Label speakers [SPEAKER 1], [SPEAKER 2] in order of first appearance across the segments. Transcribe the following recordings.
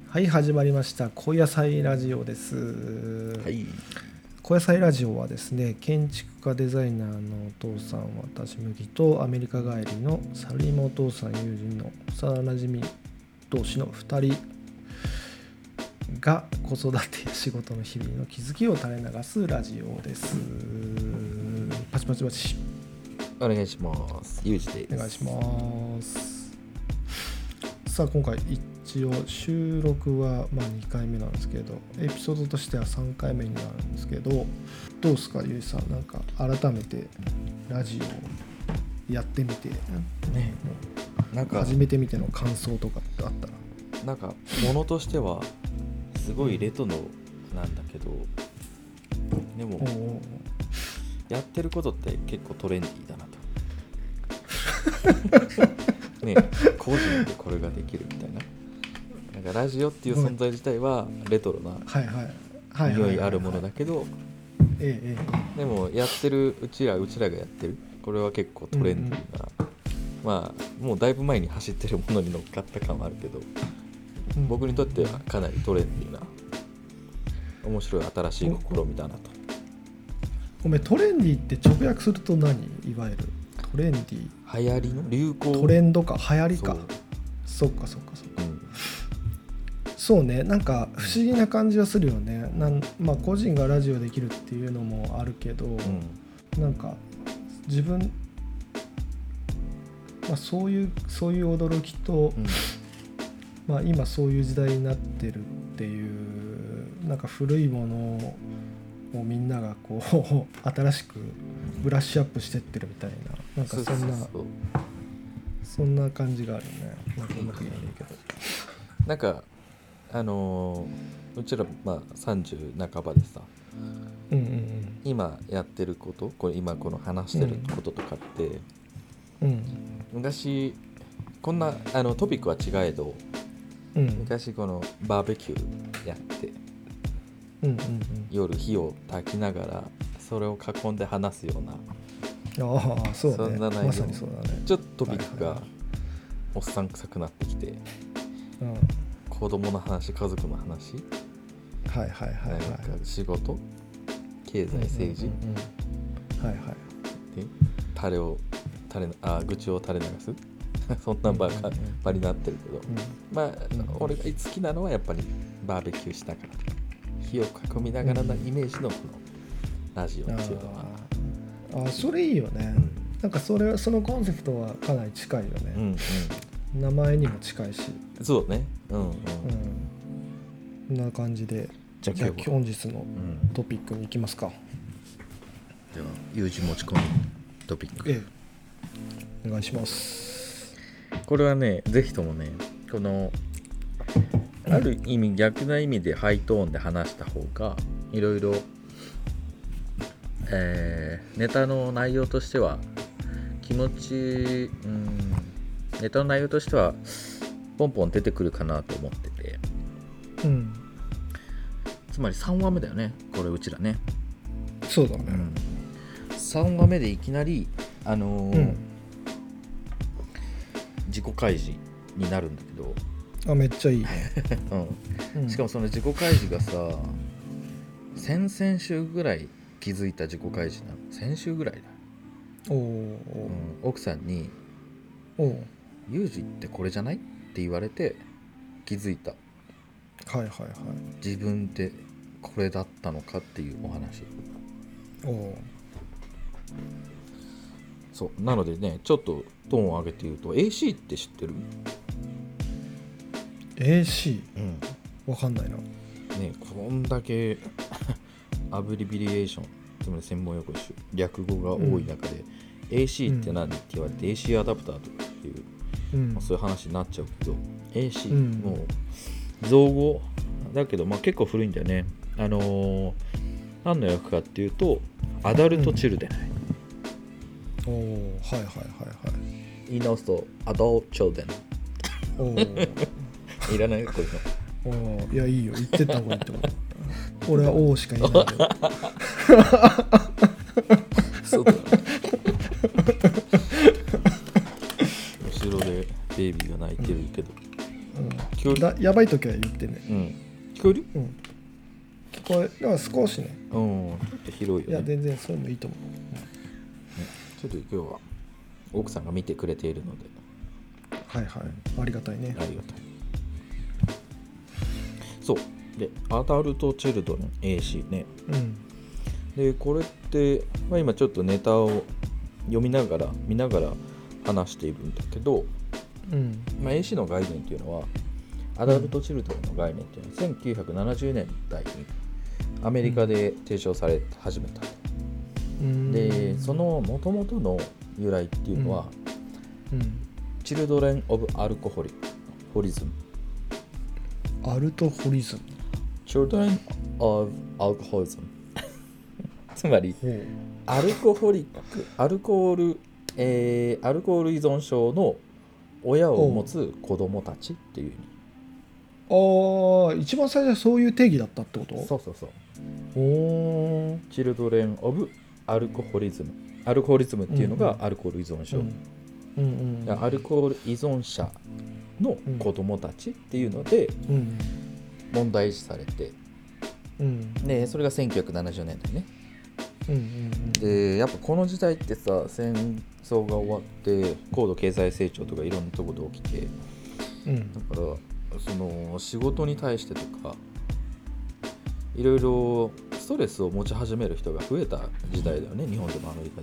[SPEAKER 1] はい、始まりました高野菜ラジオです。
[SPEAKER 2] はい。
[SPEAKER 1] 高野菜ラジオはですね、建築家デザイナーのお父さん私麦とアメリカ帰りのサラリーマンお父さん友人の幼なじみ同士の2人が子育てや仕事の日々の気づきを垂れ流すラジオです。パチパチパチ
[SPEAKER 2] お願いします。ゆうじです。
[SPEAKER 1] お願いします。さあ今回一応収録は2回目なんですけど、エピソードとしては3回目になるんですけど、どうですかゆうじさん、なんか改めてラジオやってみて
[SPEAKER 2] ね、なんか
[SPEAKER 1] 初めてみての感想とかってあったら。
[SPEAKER 2] なんかものとしてはすごいレトロなんだけど、でもやってることって結構トレンディーだなとね、個人でこれができるみたいな、なんかラジオっていう存在自体はレトロな匂いあるものだけど、でもやってるうちらがやってるこれは結構トレンディーな、まあもうだいぶ前に走ってるものに乗っかった感はあるけど、僕にとってはかなりトレンディーな面白い新しい試みだなと。
[SPEAKER 1] ごめん、トレンディーって直訳すると何？いわゆるトレンディー、
[SPEAKER 2] 流行りの流行、
[SPEAKER 1] トレンドか流行りか。そっか、そうね、なんか不思議な感じはするよね。個人がラジオできるっていうのもあるけど、なんか自分、そういう驚きと、今そういう時代になってるっていう、なんか古いものをみんながこう新しくブラッシュアップしてってるみたいな、なんかそんな感じがあるね。なんかうまく言えないけど、
[SPEAKER 2] なんかうちら30半ばでさ、今やってること、今この話してることとかって、昔こんなトピックは違えど、昔このバーベキューやって、夜火を焚きながらそれを囲んで話すような、
[SPEAKER 1] そうね、
[SPEAKER 2] そんな内容、
[SPEAKER 1] まさにそうだね。
[SPEAKER 2] ちょっとトピックがおっさん臭くなってきて、子供の話、家族の話、なんか仕事、経済、政治、で愚痴を垂れ流すそんな場になってるけど、俺が好きなのはやっぱりバーベキューしながら火を囲みながらのイメージのこのラジオっていうのは、
[SPEAKER 1] それいいよね。なんかそのコンセプトはかなり近いよね。名前にも近いし。
[SPEAKER 2] そうね。こ
[SPEAKER 1] んな感じで、じゃあ本日のトピックに行きますか。
[SPEAKER 2] では有事持ち込みトピック、
[SPEAKER 1] お願いします。
[SPEAKER 2] これはね、ぜひともね、このある意味逆な意味でハイトーンで話した方がいろいろネタの内容としては気持ち、ネタの内容としてはポンポン出てくるかなと思ってて、つまり3話目だよね、これうちらね。
[SPEAKER 1] そうだね。
[SPEAKER 2] 3話目でいきなり自己開示になるんだけど、
[SPEAKER 1] めっちゃいいね。
[SPEAKER 2] しかもその自己開示がさ、先々週ぐらい気づいた自己開示なの。先週ぐらいだ。奥さんにユージってこれじゃないって言われて気づいた。自分でこれだったのかっていうお話。そうなのでね、ちょっとトーンを上げて言うと AC って知ってる？
[SPEAKER 1] AC？ わかんないな。
[SPEAKER 2] ね、こんだけアブリビリエーション、つまり専門用語略語が多い中で、AC って何って言われて AC アダプターとかっていう、そういう話になっちゃうけど、 AC、もう造語だけど、結構古いんだよね。何の役かっていうとアダルトチルデン、言い直すとアダルトチルデンいらないこういう
[SPEAKER 1] の。いや、いいよ、言ってった方がいいと思う。俺は王しか言えないけど
[SPEAKER 2] そうだ後ろでベイビーが泣いてるけど、
[SPEAKER 1] やばい時は言ってね、
[SPEAKER 2] うん、聞こえる？
[SPEAKER 1] うん、聞こえだから少しね、
[SPEAKER 2] うん、ちょっと広いよね。
[SPEAKER 1] いや全然そういうのいいと思う、
[SPEAKER 2] ちょっと今日は奥さんが見てくれているので、
[SPEAKER 1] はいはい、ありがたいね。
[SPEAKER 2] ありがたい。そうで、アダルト・チルドレン AC ね、うん、でこれって、まあ、今ちょっとネタを読みながら見ながら話しているんだけど、うん、まあ、AC の概念っていうのは、アダルト・チルドレンの概念っていうのは1970年代にアメリカで提唱され始めた、うん、でその元々の由来っていうのは、うんうん、チルドレン・オブ・アルコホリズム、
[SPEAKER 1] アルトホリズム、
[SPEAKER 2] Children of Alcoholism つまりアルコール依存症の親を持つ子供たちっていう意味。
[SPEAKER 1] ああ、一番最初はそういう定義だったってこと？
[SPEAKER 2] そうそうそう。Children of Alcoholism アルコーリズムっていうのがアルコール依存症、アルコール依存者の子供たちっていうので問題視されて、でそれが1970年代ね、でやっぱこの時代ってさ、戦争が終わって高度経済成長とかいろんなところで起きて、だからその仕事に対してとかいろいろストレスを持ち始める人が増えた時代だよね、日本でもアメリカで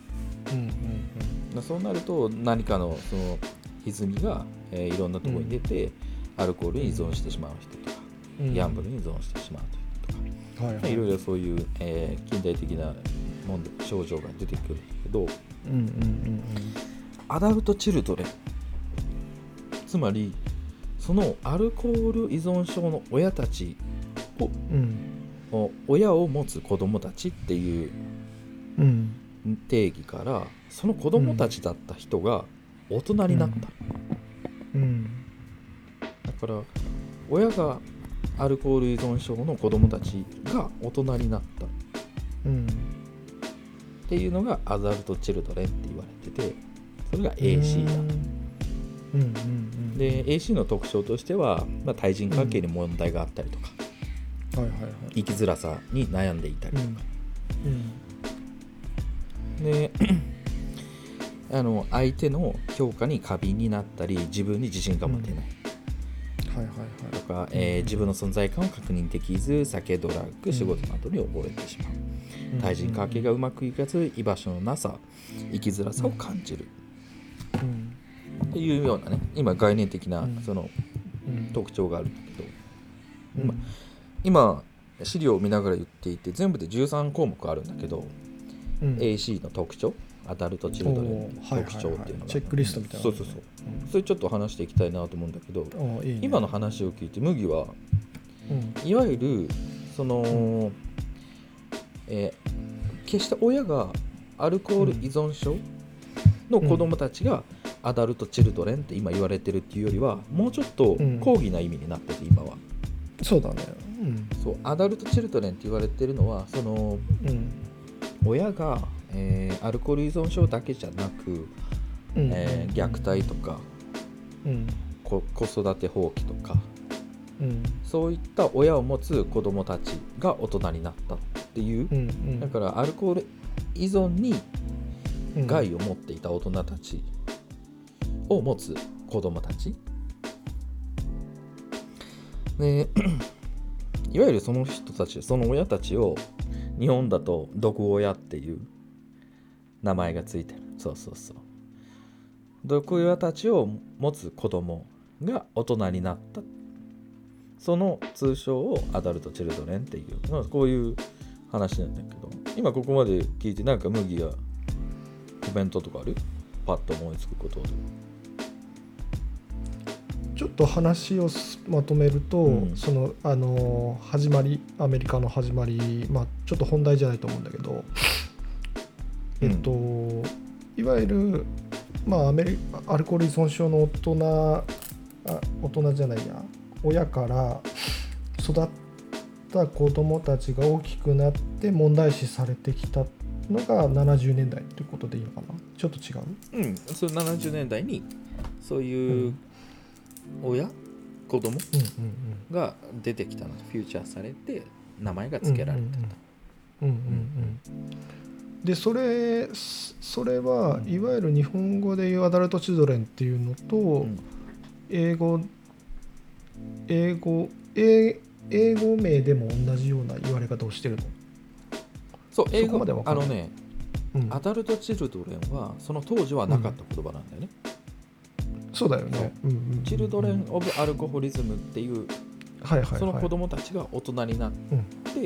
[SPEAKER 2] も、そうなると何かのその歪みが、いろんなところに出て、アルコールに依存してしまう人とか、ギャンブルに依存してしまう人とか、いろいろそういう、近代的な症状が出てくるんだけど、アダルトチルドレン、つまりそのアルコール依存症の親たちを、親を持つ子供たちっていう定義から、その子供たちだった人が大人になった、だから親がアルコール依存症の子供たちが大人になった、っていうのがアダルトチルドレンって言われてて、それが AC だ、で AC の特徴としては、対人関係に問題があったりとか、生きづらさに悩んでいたりとか、で相手の評価に過敏になったり、自分に自信が持てない、とか、自分の存在感を確認できず、酒、ドラッグ、仕事などに溺れてしまう、対人関係がうまくいかず、居場所のなさ、生きづらさを感じる、っていうようなね、今概念的なその特徴があるんだけど、今資料を見ながら言っていて、全部で13項目あるんだけど、AC の特徴、アダルトチルドレンの特徴っていうのが、
[SPEAKER 1] チェックリストみたいな、
[SPEAKER 2] それちょっと話していきたいなと思うんだけど、今の話を聞いて麦は、いわゆるその、決して親がアルコール依存症の子供たちがアダルトチルドレンって今言われてるっていうよりは、もうちょっと広義な意味になってて、今は
[SPEAKER 1] そうだね、
[SPEAKER 2] そう、アダルトチルドレンって言われてるのは、その、親が、アルコール依存症だけじゃなく、虐待とか、子育て放棄とか、そういった親を持つ子供たちが大人になったっていう、だからアルコール依存に害を持っていた大人たちを持つ子供たちでいわゆるその人たち、その親たちを日本だと毒親っていう名前がついてる。そう毒親たちを持つ子供が大人になった、その通称をアダルトチルドレンっていう、こういう話なんだけど、今ここまで聞いてなんか麦がコメントとかある？パッと思いつくことで。
[SPEAKER 1] ちょっと話をまとめると、その始まり、アメリカの始まり、ちょっと本題じゃないと思うんだけど、いわゆる、アルコール依存症の大人じゃないや、親から育った子どもたちが大きくなって問題視されてきたのが70年代ということでいいのかな？ちょっと違う？
[SPEAKER 2] その70年代にそういう親子供が出てきたのとフューチャーされて名前が付けられてた。
[SPEAKER 1] でそれはいわゆる日本語でいうアダルトチルドレンっていうのと、英語名でも同じような言われ方をしてるの？
[SPEAKER 2] そう、英語アダルトチルドレンはその当時はなかった言葉なんだよね。
[SPEAKER 1] そうだよね。
[SPEAKER 2] チルドレン・オブ・アルコホリズムっていう、その子供たちが大人になって、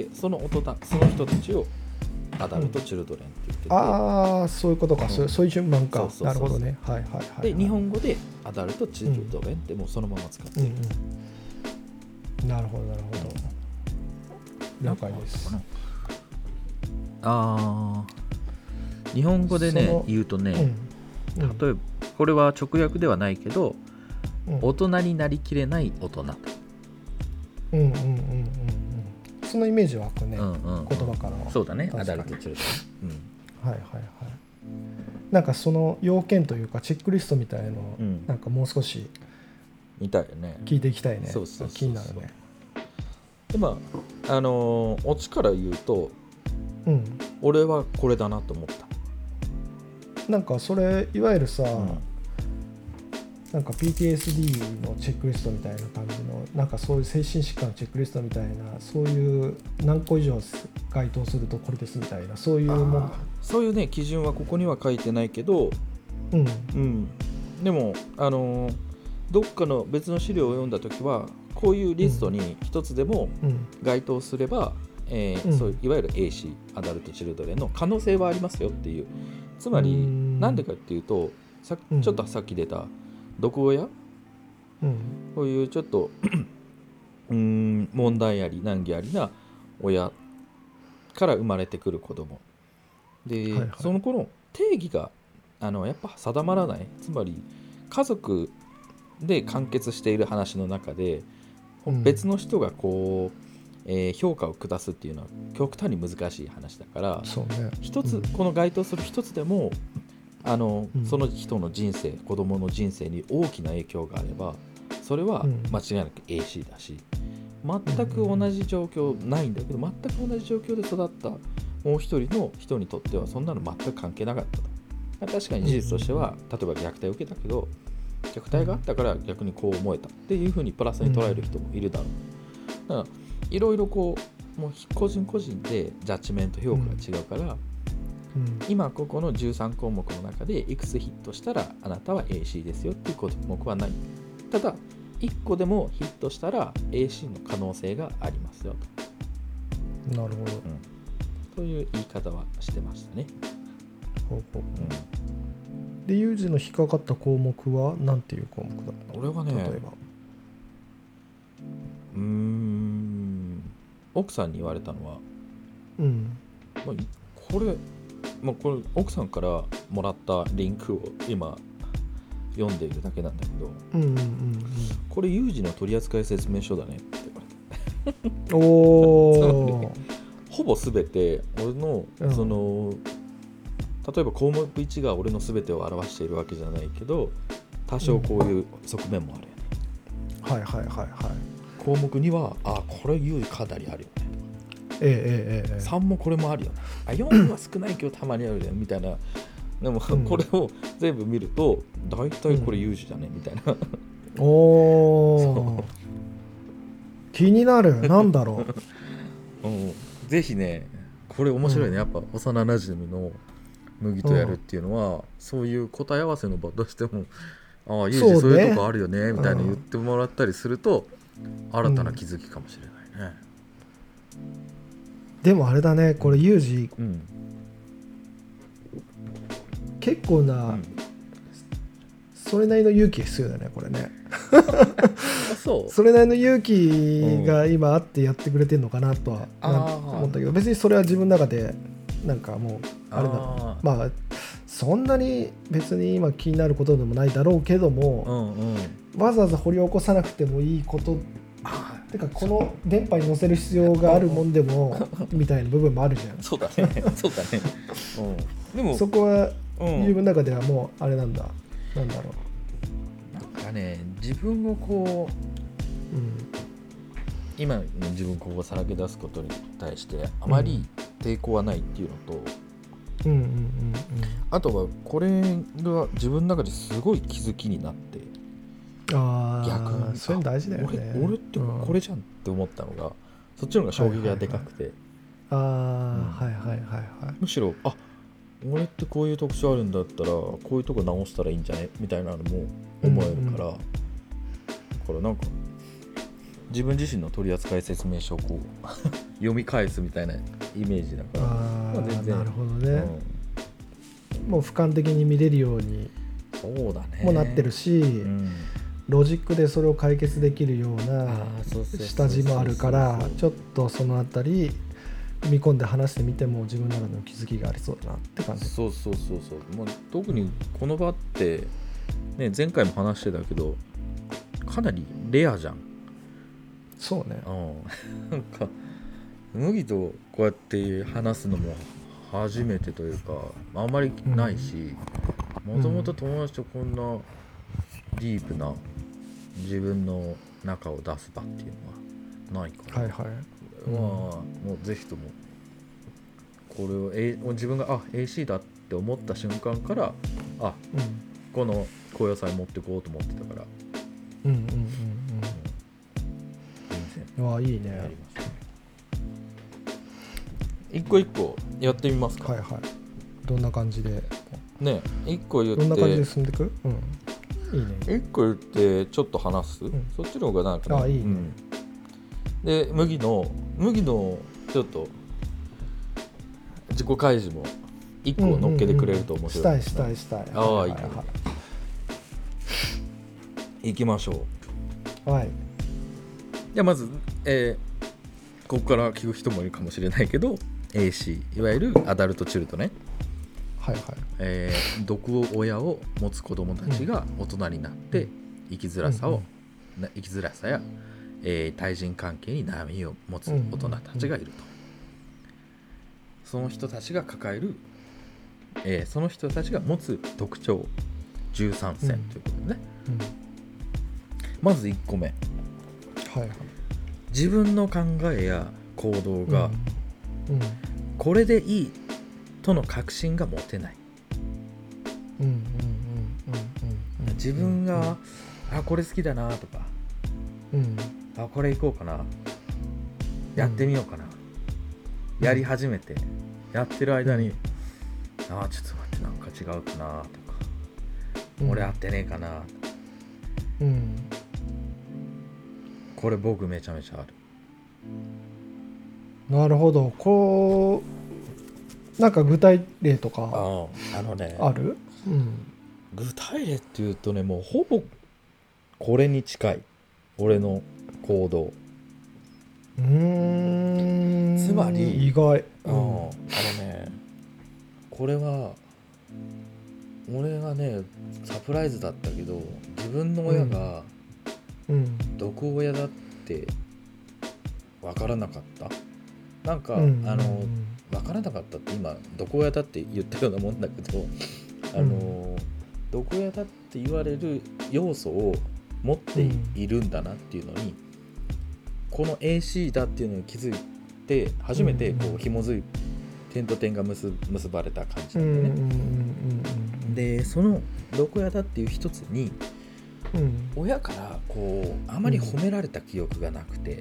[SPEAKER 2] その人たちをアダルト・チルドレンって言ってて、
[SPEAKER 1] ああ、そういうことか、そういう順番か。なるほどね。
[SPEAKER 2] で日本語でアダルト・チルドレンってもうそのまま使ってる。
[SPEAKER 1] なるほどなるほど。了解です。
[SPEAKER 2] 日本語でね言うとね、例えばこれは直訳ではないけど、大人になりきれない大人と。
[SPEAKER 1] そのイメージは湧くね、言葉からは。
[SPEAKER 2] そうだね、アダルトチルドレン。
[SPEAKER 1] なんかその要件というかチェックリストみたいのをなんかもう少し
[SPEAKER 2] 見たいよね。
[SPEAKER 1] 聞いていきたいね。気になるね。
[SPEAKER 2] でオチから言うと、俺はこれだなと思った。
[SPEAKER 1] なんかそれいわゆるさ、なんか PTSD のチェックリストみたいな感じの、なんかそういう精神疾患のチェックリストみたいな、そういう何個以上該当するとこれですみたいな、そういうもん。
[SPEAKER 2] そういうね基準はここには書いてないけど、でもどっかの別の資料を読んだときはこういうリストに一つでも該当すれば、そういわゆる AC アダルトチルドレンの可能性はありますよっていう。つまりなんでかっていうと、ちょっとさっき出た毒親、こういうちょっと問題あり難儀ありな親から生まれてくる子供で、その子の定義がやっぱ定まらない。つまり家族で完結している話の中で、別の人がこう、評価を下すっていうのは極端に難しい話だから、一つこの該当する一つでもその人の人生、子供の人生に大きな影響があれば、それは間違いなく AC だし、全く同じ状況ないんだけど、全く同じ状況で育ったもう一人の人にとってはそんなの全く関係なかったと。確かに事実としては、例えば虐待を受けたけど、虐待があったから逆にこう思えたっていうふうにプラスに捉える人もいるだろう。だからいろいろこう、もう個人個人でジャッジメント評価が違うから、今ここの13項目の中でいくつヒットしたらあなたは AC ですよっていう項目はない。ただ1個でもヒットしたら AC の可能性がありますよ
[SPEAKER 1] と。なるほど、
[SPEAKER 2] という言い方はしてましたね。
[SPEAKER 1] でユージの引っかかった項目は何ていう項目だったの？
[SPEAKER 2] 俺はね、例えば奥さんに言われたのは、これ奥さんからもらったリンクを今読んでいるだけなんだけど、これ有事の取扱説明書だねって言われてほぼ全て俺のその、例えば項目1が俺の全てを表しているわけじゃないけど、多少こういう側面もあるよね。項目2はこれ有事かなりあるよね。3もこれもあるよね。4は少ないけどたまにあるよねみたいな。でもこれを全部見ると大体これ有事じゃねみたいな。
[SPEAKER 1] 気になる。なんだろ
[SPEAKER 2] う。ぜひね、これ面白いね。やっぱ幼なじみの麦とやるっていうのは、そういう答え合わせの場としても、有事そういうとこあるよねみたいな言ってもらったりすると、新たな気づきかもしれないね。
[SPEAKER 1] でもあれだね、これ有事、結構な、それなりの勇気が必要だねこれね。それなりの勇気が今あってやってくれてるのかなとは思ったけど、別にそれは自分の中でなんかもうあれだな、まあそんなに別に今気になることでもないだろうけども、わざわざ掘り起こさなくてもいいことてかこの電波に乗せる必要があるもんでもみたいな部分もあるじゃん。
[SPEAKER 2] そうだね。
[SPEAKER 1] でもそこは自分の中ではもうあれなんだろう。
[SPEAKER 2] なんかね、自分をこ今の自分ここをさらけ出すことに対してあまり抵抗はないっていうのと、あとはこれが自分の中ですごい気づきになって、
[SPEAKER 1] 逆にそれ大事だよね。
[SPEAKER 2] 俺ってこれじゃんって思ったのが、そっちの方が衝撃がでかくて、むしろ俺ってこういう特徴あるんだったらこういうとこ直したらいいんじゃねみたいなのも思えるから、だからなんか自分自身の取扱説明書をこう読み返すみたいなイメージだから、
[SPEAKER 1] 全然なるほどね、もう俯瞰的に見れるようにもなってるし、ロジックでそれを解決できるような下地もあるから、ちょっとそのあたり踏み込んで話してみても自分の中での気づきがありそうだなって感じ。
[SPEAKER 2] そう、もう特にこの場って、ね、前回も話してたけどかなりレアじゃん。
[SPEAKER 1] そうね、
[SPEAKER 2] なんか麦とこうやって話すのも初めてというかあんまりないし、もともと友達とこんなディープな自分の中を出す場っていうのはないから、もうぜひともこれを、自分がAC だって思った瞬間からこの高野菜持ってこうと思ってたから、
[SPEAKER 1] いいね。
[SPEAKER 2] 一個一個やってみますか。
[SPEAKER 1] どんな感じで
[SPEAKER 2] ね、一個言って
[SPEAKER 1] どんな感じで進んでいく？いいね。
[SPEAKER 2] 一個言ってちょっと話す、そっちの方がなんかね、
[SPEAKER 1] いいね。
[SPEAKER 2] で麦のちょっと自己開示も一個乗っけてくれると面白い、
[SPEAKER 1] したい。
[SPEAKER 2] いい行きましょう。じゃあまず、ここから聞く人もいるかもしれないけど AC いわゆるアダルトチルドね、毒親を持つ子どもたちが大人になって生きづらさや、対人関係に悩みを持つ大人たちがいると、その人たちが抱える、その人たちが持つ特徴13選ということでね、まず1個目、自分の考えや行動がこれでいいとの確信が持てない。自分がこれ好きだなとか、これ行こうかな、やってみようかな、やり始めてやってる間にちょっと待ってなんか違うかなとか、俺合ってねえかな、これ僕めちゃめちゃある。
[SPEAKER 1] なるほど。こうなんか具体例とかある？
[SPEAKER 2] 具体例っていうとね、もうほぼこれに近い俺の行動。つまり
[SPEAKER 1] 意外。
[SPEAKER 2] これは俺がねサプライズだったけど、自分の親が毒親だって分からなかった。なんか、分からなかったって今毒親だって言ったようなもんだけど、毒親だって言われる要素を持っているんだなっていうのに、この AC だっていうのに気づいて初めてこう紐づいて点と点が結ばれた感じなんだよね。でその毒親だっていう一つに、親からこうあまり褒められた記憶がなくて、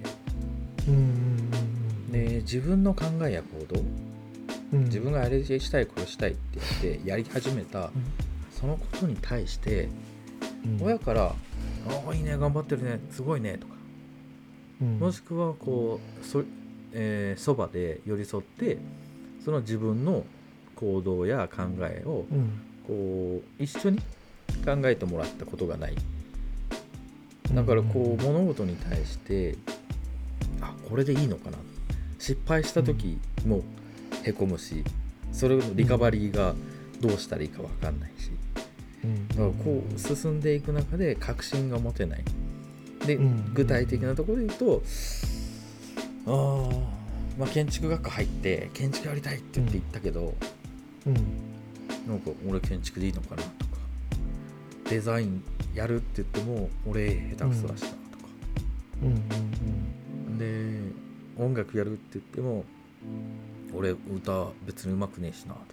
[SPEAKER 2] で自分の考えや行動、自分があれしたいこれしたいって言ってやり始めた、そのことに対して、親からいいね頑張ってるねすごいねとか、もしくはこうそばで寄り添ってその自分の行動や考えをこう一緒に考えてもらったことがない。だからこう物事に対してこれでいいのかな、失敗した時もへこむし、それのリカバリーがどうしたらいいか分かんないし、だからこう進んでいく中で確信が持てない。で具体的なところで言うと、建築学科入って建築やりたいって言ったけど、なんか俺建築でいいのかなとか、デザインやるって言っても俺下手くそだしなとか、で音楽やるって言っても俺歌別に上手くねえしなとか、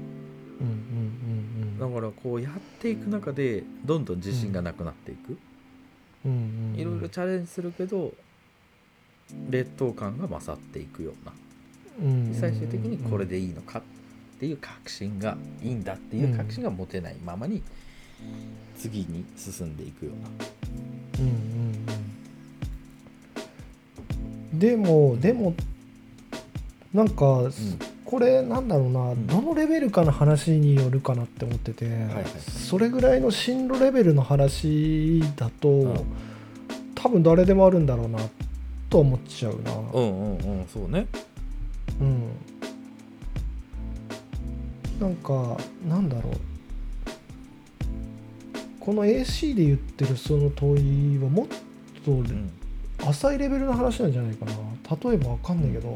[SPEAKER 2] だからこうやっていく中でどんどん自信がなくなっていく、いろいろチャレンジするけど劣等感が勝っていくような、最終的にこれでいいのかっていう確信がいいんだっていう確信が持てないままに次に進んでいくような、
[SPEAKER 1] でもなんか、これなんだろうな、どのレベルかの話によるかなって思ってて、それぐらいの進路レベルの話だと、多分誰でもあるんだろうなと思っちゃうな。
[SPEAKER 2] そうね。
[SPEAKER 1] なんかなんだろう、この AC で言ってるその問いはもっと浅いレベルの話なんじゃないかな。例えばわかんないけど、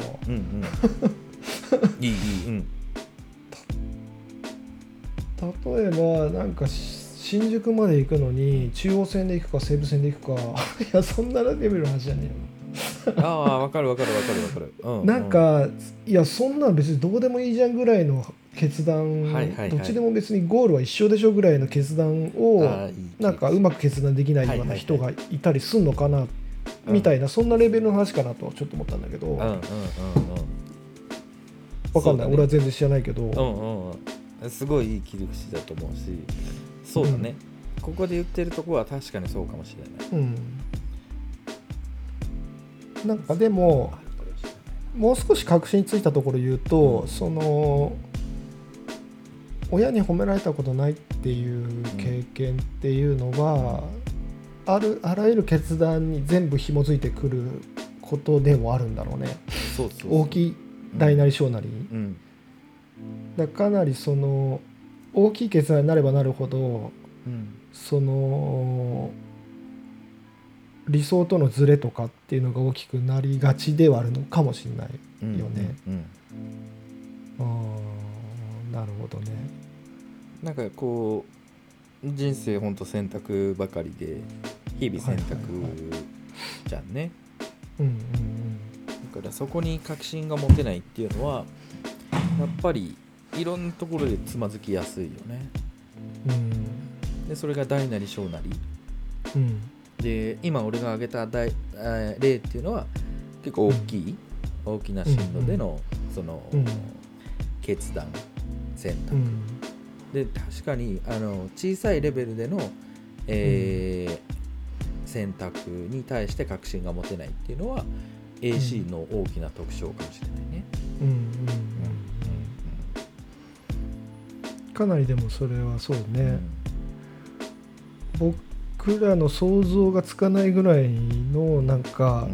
[SPEAKER 1] 例えばなんか新宿まで行くのに中央線で行くか西武線で行くかいやそんなレベルの話じゃね
[SPEAKER 2] えよわかる、
[SPEAKER 1] なんかいやそんなん別にどうでもいいじゃんぐらいの決断、どっちでも別にゴールは一緒でしょぐらいの決断をなんかうまく決断できないような人がいたりすんのかなみたいな、そんなレベルの話かなとちょっと思ったんだけど、わかんない、俺は全然知らないけど、
[SPEAKER 2] すごいいい切り口だと思うし、そうだね、ここで言ってるところは確かにそうかもしれない。
[SPEAKER 1] なんかでももう少し確信ついたところ言うと、その親に褒められたことないっていう経験っていうのは、あらゆる決断に全部紐づいてくることでもあるんだろうね。大きい大なり小なり、だかなりその大きい決断になればなるほど、その理想とのズレとかっていうのが大きくなりがちではあるのかもしれないよね。なるほどね。
[SPEAKER 2] なんかこう人生ほんと選択ばかりで日々選択じゃんね。だからそこに確信が持てないっていうのはやっぱりいろんなところでつまずきやすいよね。でそれが大なり小なり、で今俺が挙げた例っていうのは結構大きな進路でのその決断選択、で確かに小さいレベルでの、選択に対して確信が持てないっていうのは AC の大きな特徴かもしれないね。
[SPEAKER 1] かなりでもそれはそうね、僕らの想像がつかないぐらいのなんか、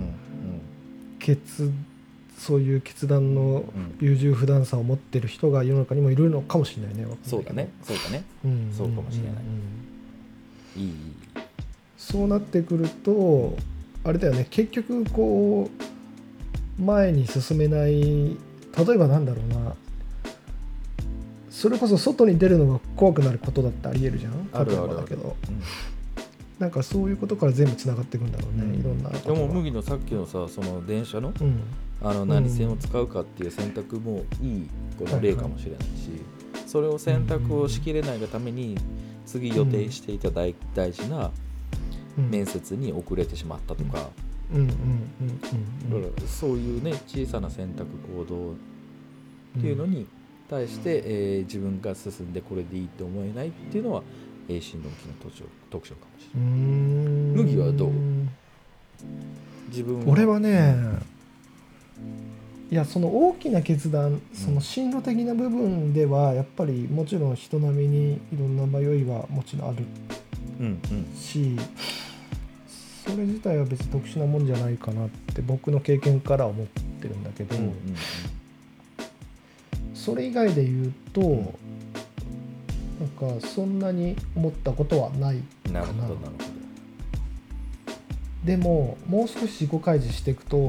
[SPEAKER 1] そういう決断の優柔不断さを持ってる人が世の中にもいるのかもしれないね。
[SPEAKER 2] そうだね、そうかもしれない。
[SPEAKER 1] そうなってくるとあれだよね、結局こう前に進めない、例えばなんだろうな、それこそ外に出るのが怖くなることだってありえるじゃん。例えばだけど、なんかそういうことから全部つながっていくんだろうね、いろんな。
[SPEAKER 2] でも麦のさっきのさ、その電車の、何線を使うかっていう選択もいいこの例かもしれないし、それを選択をしきれないがために次予定していた大事な面接に遅れてしまったとか、そういうね小さな選択行動っていうのに対して、自分が進んでこれでいいと思えないっていうのは進路向きの特徴かもしれない。麦はどう？自分は
[SPEAKER 1] 俺はね、いやその大きな決断、その進路的な部分ではやっぱりもちろん人並みにいろんな迷いはもちろんあるし、それ自体は別に特殊なもんじゃないかなって僕の経験から思ってるんだけど、それ以外で言うとなんかそんなに思ったことはないかな。
[SPEAKER 2] なるほど。
[SPEAKER 1] でももう少し自己開示していくと、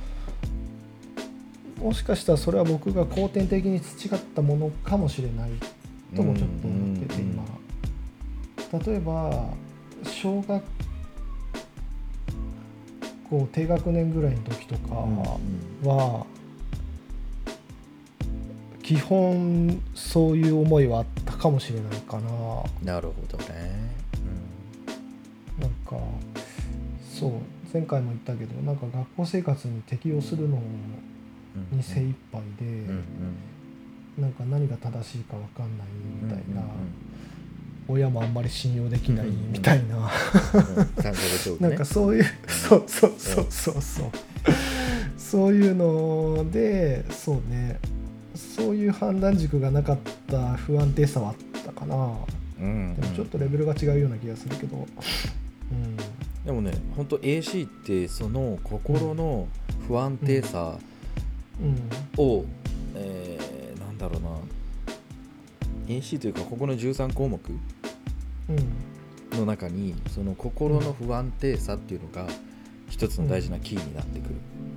[SPEAKER 1] もしかしたらそれは僕が後天的に培ったものかもしれないともちょっと思ってて、今例えば小学構低学年ぐらいの時とかは、基本そういう思いはあったかもしれないかな。
[SPEAKER 2] なるほどね、
[SPEAKER 1] なんかそう前回も言ったけど、なんか学校生活に適応するのに精一杯で、なんか何が正しいか分かんないみたいな、親もあんまり信用できないみたいな、なんかそういう、そうそういうので、そうね、そういう判断軸がなかった不安定さはあったかな。でもちょっとレベルが違うような気がするけど、
[SPEAKER 2] でもね、本当 AC ってその心の不安定さを、なんだろうな、AC というかここの13項目の中にその心の不安定さっていうのが一つの大事なキーになってくる。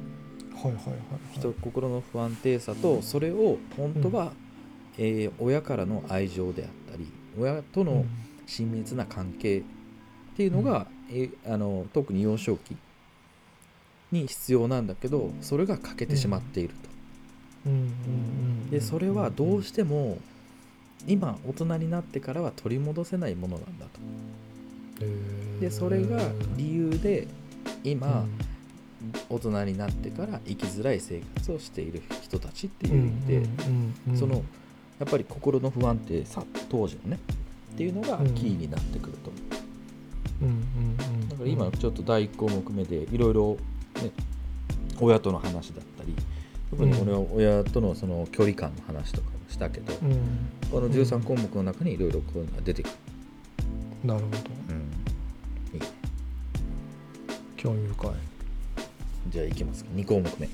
[SPEAKER 2] 心の不安定さと、それを本当は、親からの愛情であったり、親との親密な関係っていうのが、特に幼少期に必要なんだけど、それが欠けてしまっていると。でそれはどうしても今大人になってからは取り戻せないものなんだと。でそれが理由で今、大人になってから生きづらい生活をしている人たちっていう意味で、そのやっぱり心の不安定さ当時のねっていうのがキーになってくると。だから今ちょっと第1項目目でいろいろ親との話だったり、特に俺は親とのその距離感の話とかもしたけど、この13項目の中にいろいろこういうのが出てくる。
[SPEAKER 1] なるほど、いいね、興味深い。
[SPEAKER 2] じゃあいきますか。2項目目。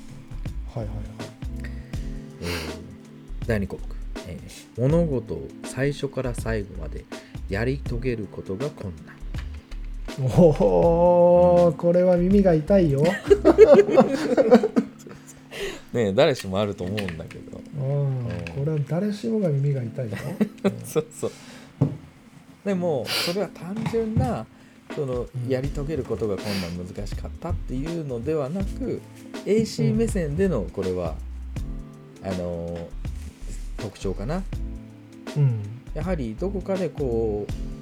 [SPEAKER 2] 第2項目、物事を最初から最後までやり遂げることが困難。
[SPEAKER 1] これは耳が痛いよ
[SPEAKER 2] ねえ、誰しもあると思うんだけど、
[SPEAKER 1] これは誰しもが耳が痛いよ
[SPEAKER 2] そうでもそれは単純なそのやり遂げることが困難、難しかったっていうのではなく、 AC 目線でのこれは、特徴かな。やはりどこかでこ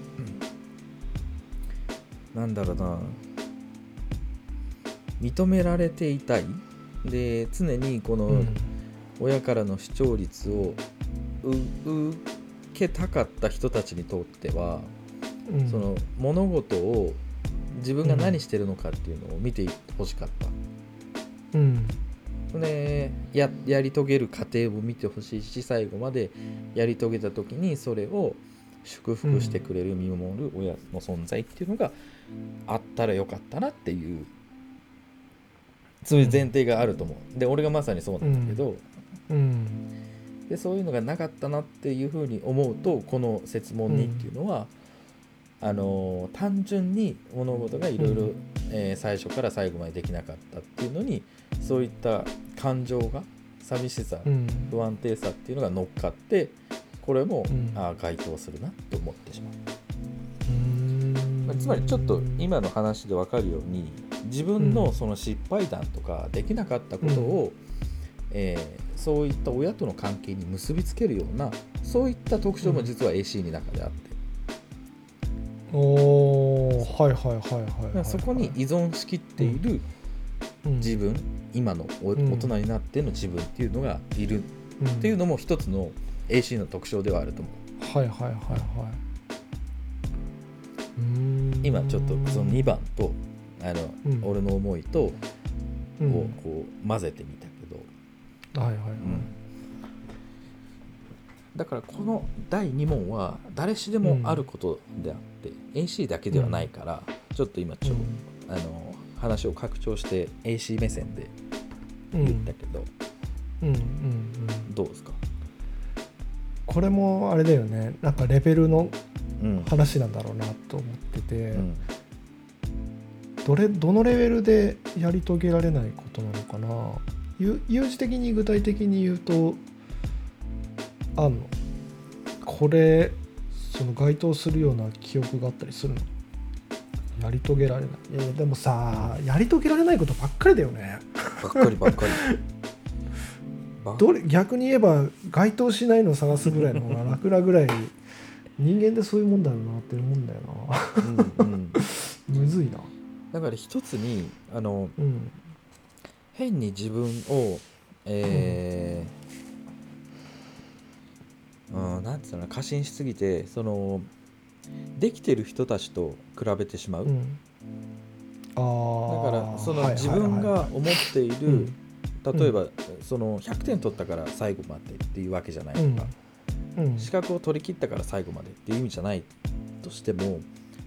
[SPEAKER 2] う、なんだろうな、認められていたいで、常にこの親からの視聴率を受けたかった人たちにとっては、その物事を自分が何してるのかっていうのを見てほしかった、で やり遂げる過程を見てほしいし、最後までやり遂げた時にそれを祝福してくれる、見守る親の存在っていうのがあったらよかったなっていう、そういう前提があると思う。で俺がまさにそうなんだけど、でそういうのがなかったなっていうふうに思うと、この設問にっていうのは、単純に物事がいろいろ最初から最後までできなかったっていうのに、そういった感情が、寂しさ、不安定さっていうのが乗っかって、これも、該当するなと思ってしまう。つまりちょっと今の話で分かるように、自分のその失敗談とかできなかったことを、そういった親との関係に結びつけるような、そういった特徴も実は AC の中であって、そこに依存しきっている自分、今の大人になっての自分っていうのがいるっていうのも一つの AC の特徴ではあると思う。今ちょっとその2番と俺の思いとをこう混ぜてみたけど、だからこの第2問は誰しでもあることであって、AC だけではないから、ちょっと今話を拡張して AC 目線で言ったけど、どうですか？
[SPEAKER 1] これもあれだよね、なんかレベルの話なんだろうなと思ってて、どのレベルでやり遂げられないことなのかな。有事的に具体的に言うとあんの？これその該当するような記憶があったりするの？ やり遂げられない。でもさ、やり遂げられないことばっかりだよね。
[SPEAKER 2] ばっかり
[SPEAKER 1] 逆に言えば該当しないのを探すぐらいの方が楽なぐらい人間ってそういうもんだろうなって思うんだよな。むずいな。
[SPEAKER 2] だから一つに変に自分をなんていうの、過信しすぎてできてる人たちと比べてしまう、だから自分が思っている、例えば100点取ったから最後までっていうわけじゃないとか、資格を取り切ったから最後までっていう意味じゃないとしても、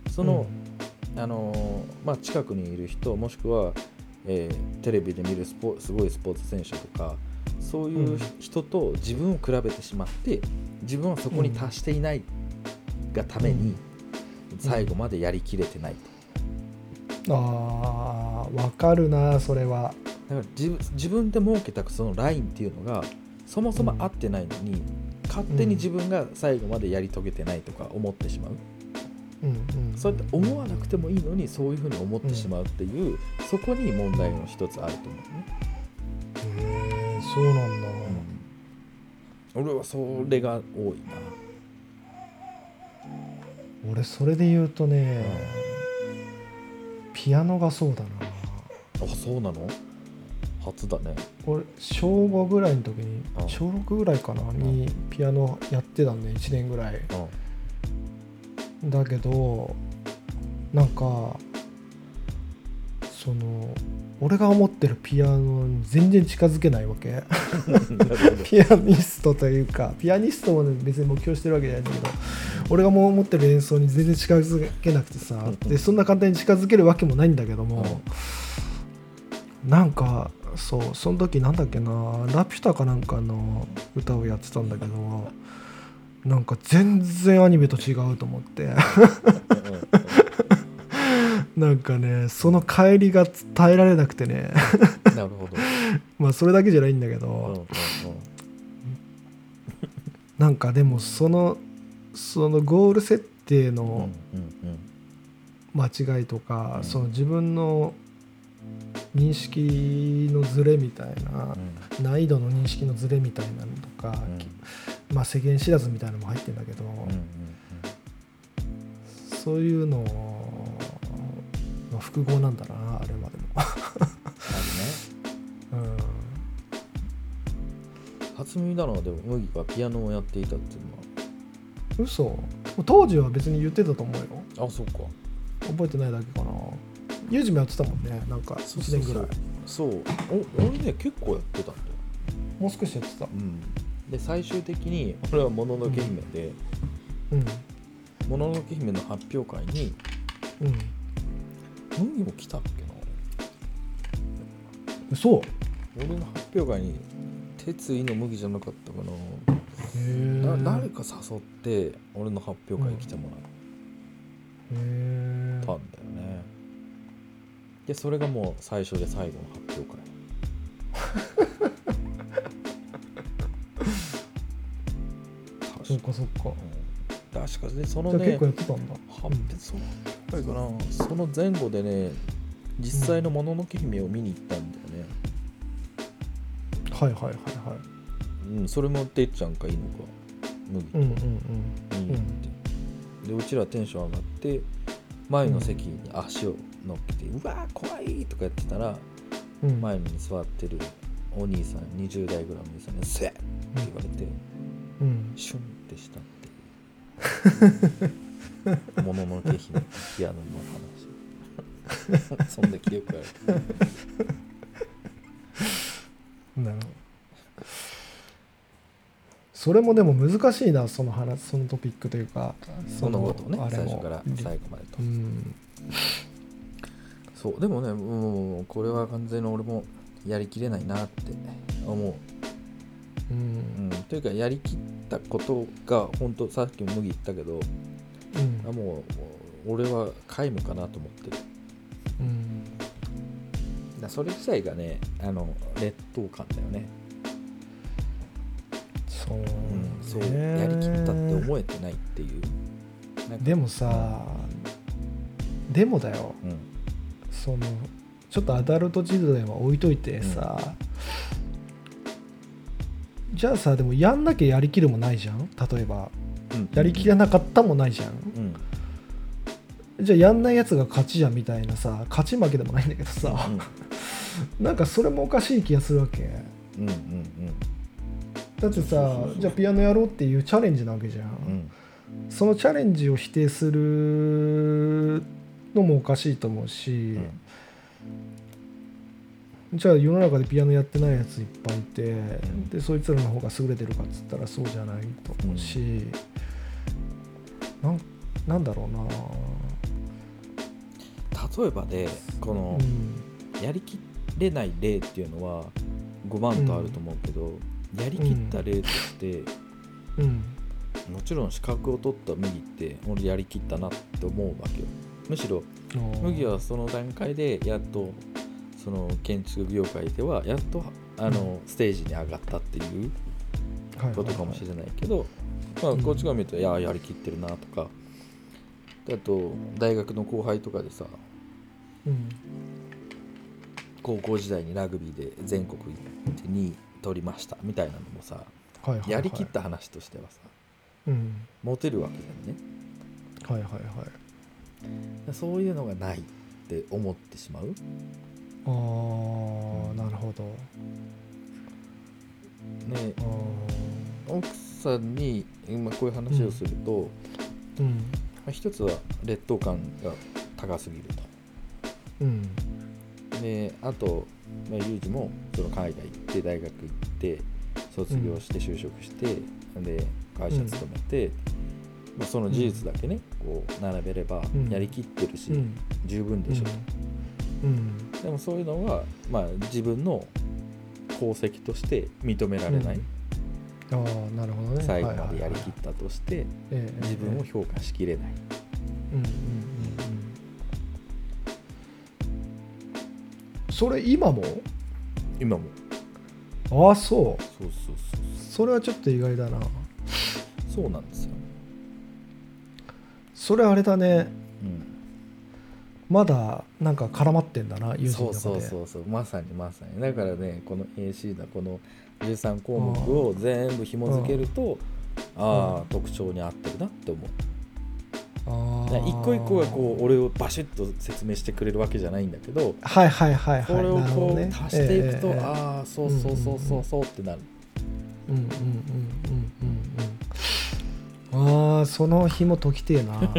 [SPEAKER 2] 近くにいる人、もしくは、テレビで見るすごいスポーツ選手とか、そういう人と自分を比べてしまって、自分はそこに達していないがために最後までやりきれてないと。
[SPEAKER 1] わかるな、それは。
[SPEAKER 2] だから自分で設けたそのラインっていうのがそもそも合ってないのに、勝手に自分が最後までやり遂げてないとか思ってしまう、そうやって思わなくてもいいのにそういうふうに思ってしまうっていう、そこに問題の一つあると思う
[SPEAKER 1] ね。そうなんだ、
[SPEAKER 2] 俺はそれが多いな。
[SPEAKER 1] 俺それで言うとね、ピアノがそうだな。
[SPEAKER 2] そうなの？初だね。
[SPEAKER 1] 俺小5ぐらいの時に、小6ぐらいかなにピアノやってたんで、1年ぐらい、だけどなんか俺が思ってるピアノに全然近づけないわけ。ピアニストというか、ピアニストも別に目標してるわけじゃないんだけど、俺がもう思ってる演奏に全然近づけなくてさ、でそんな簡単に近づけるわけもないんだけども、なんかその時なんだっけな、ラピュタかなんかの歌をやってたんだけど、なんか全然アニメと違うと思ってなんかね、その帰りが耐えられなくてね。
[SPEAKER 2] なるほど。
[SPEAKER 1] まあそれだけじゃないんだけど、なんかでもそのゴール設定の間違いとか、自分の認識のズレみたいな、難易度の認識のズレみたいなのとか、世間知らずみたいなのも入ってるんだけど、そういうのの複合なんだな、あれまでも。あるね。
[SPEAKER 2] 初耳だな。でも麦がピアノをやっていたっていうのは。
[SPEAKER 1] 嘘？当時は別に言ってたと思うよ。
[SPEAKER 2] そうか。
[SPEAKER 1] 覚えてないだけかな。ユージもやってたもんね、なんか1年ぐらい。
[SPEAKER 2] そう俺ね、結構やってたんだよ。
[SPEAKER 1] もう少しやってた。
[SPEAKER 2] で最終的に俺はもののけ姫で、もののけ姫の発表会に、麦も来たっけな。
[SPEAKER 1] 嘘？
[SPEAKER 2] 俺の発表会に鉄井の麦じゃなかったかな。誰か誘って俺の発表会に来てもらったんだよね。でそれがもう最初で最後の発表会。
[SPEAKER 1] そっかそっか。
[SPEAKER 2] 確かでそのね、
[SPEAKER 1] 結構やってたんだ。
[SPEAKER 2] そうかな。その前後でね、実際のもののけ姫を見に行ったんだよね。
[SPEAKER 1] はいはいはいはい。
[SPEAKER 2] それもてっちゃんかいいのか麦と見に行って、でうちらテンション上がって前の席に足を乗っけて、うわー怖いとかやってたら、前に座ってるお兄さん、20代ぐらいのお兄さんにせっって言われて、シュンってしたっていうもののけ姫ピアノの話。そんな記憶ある。
[SPEAKER 1] なるほど。それもでも難しいな、そのトピックというか、
[SPEAKER 2] そのことをね、最初から最後までと。そうでもね、もうこれは完全に俺もやりきれないなって思う。というかやりきったことが本当、さっきも麦言ったけど、もう俺は皆無かなと思ってる。それ自体がね、劣等感だよね。そうやりきったって思えてないっていう。
[SPEAKER 1] でもさ、 でもだよ、そのちょっとアダルト時代は置いといてさ、じゃあさ、でもやんなきゃやりきるもないじゃん。例えば、やりきらなかったもないじゃん、じゃあやんないやつが勝ちじゃんみたいなさ、勝ち負けでもないんだけどさ、なんかそれもおかしい気がするわけ、だってさ、じゃあピアノやろうっていうチャレンジなわけじゃん、そのチャレンジを否定するのもおかしいと思うし、じゃあ世の中でピアノやってないやついっぱいいて、でそいつらの方が優れてるかっつったらそうじゃないと思うし、なんだろうな、
[SPEAKER 2] 例えばでこの、やりきれない例っていうのは5万とあると思うけど、やりきった例として、もちろん資格を取った麦って俺やりきったなって思うわけよ。むしろ麦はその段階でやっとその建築業界ではやっとステージに上がったっていうことかもしれないけど、まあこっち側見るとやりきってるなとか、あと大学の後輩とかでさ、高校時代にラグビーで全国行って2位取りましたみたいなのもさ、やりきった話としてはさ、モテるわけだよね。そういうのがないって思ってしまう。
[SPEAKER 1] なるほど
[SPEAKER 2] ね。奥さんに今こういう話をすると、一つは劣等感が高すぎると、であと、ユージもその海外行って大学行って卒業して就職して、で会社勤めて、その事実だけねこう並べればやりきってるし、十分でしょと、でもそういうのは、自分の功績として認められない、
[SPEAKER 1] なるほどね、
[SPEAKER 2] 最後までやりきったとして、自分を評価しきれない、
[SPEAKER 1] それ今もそうそれはちょっと意外だな。
[SPEAKER 2] そうなんですよ。
[SPEAKER 1] それあれだね、まだなんか絡まってんだな、友人の中で。
[SPEAKER 2] そうまさにだからね、この AC のこの13項目を全部紐付けると、特徴に合ってるなって思う。一個一個がこう俺をバシッと説明してくれるわけじゃないんだけど、これをこう足していくと、そうってなる。
[SPEAKER 1] その紐解きてえな。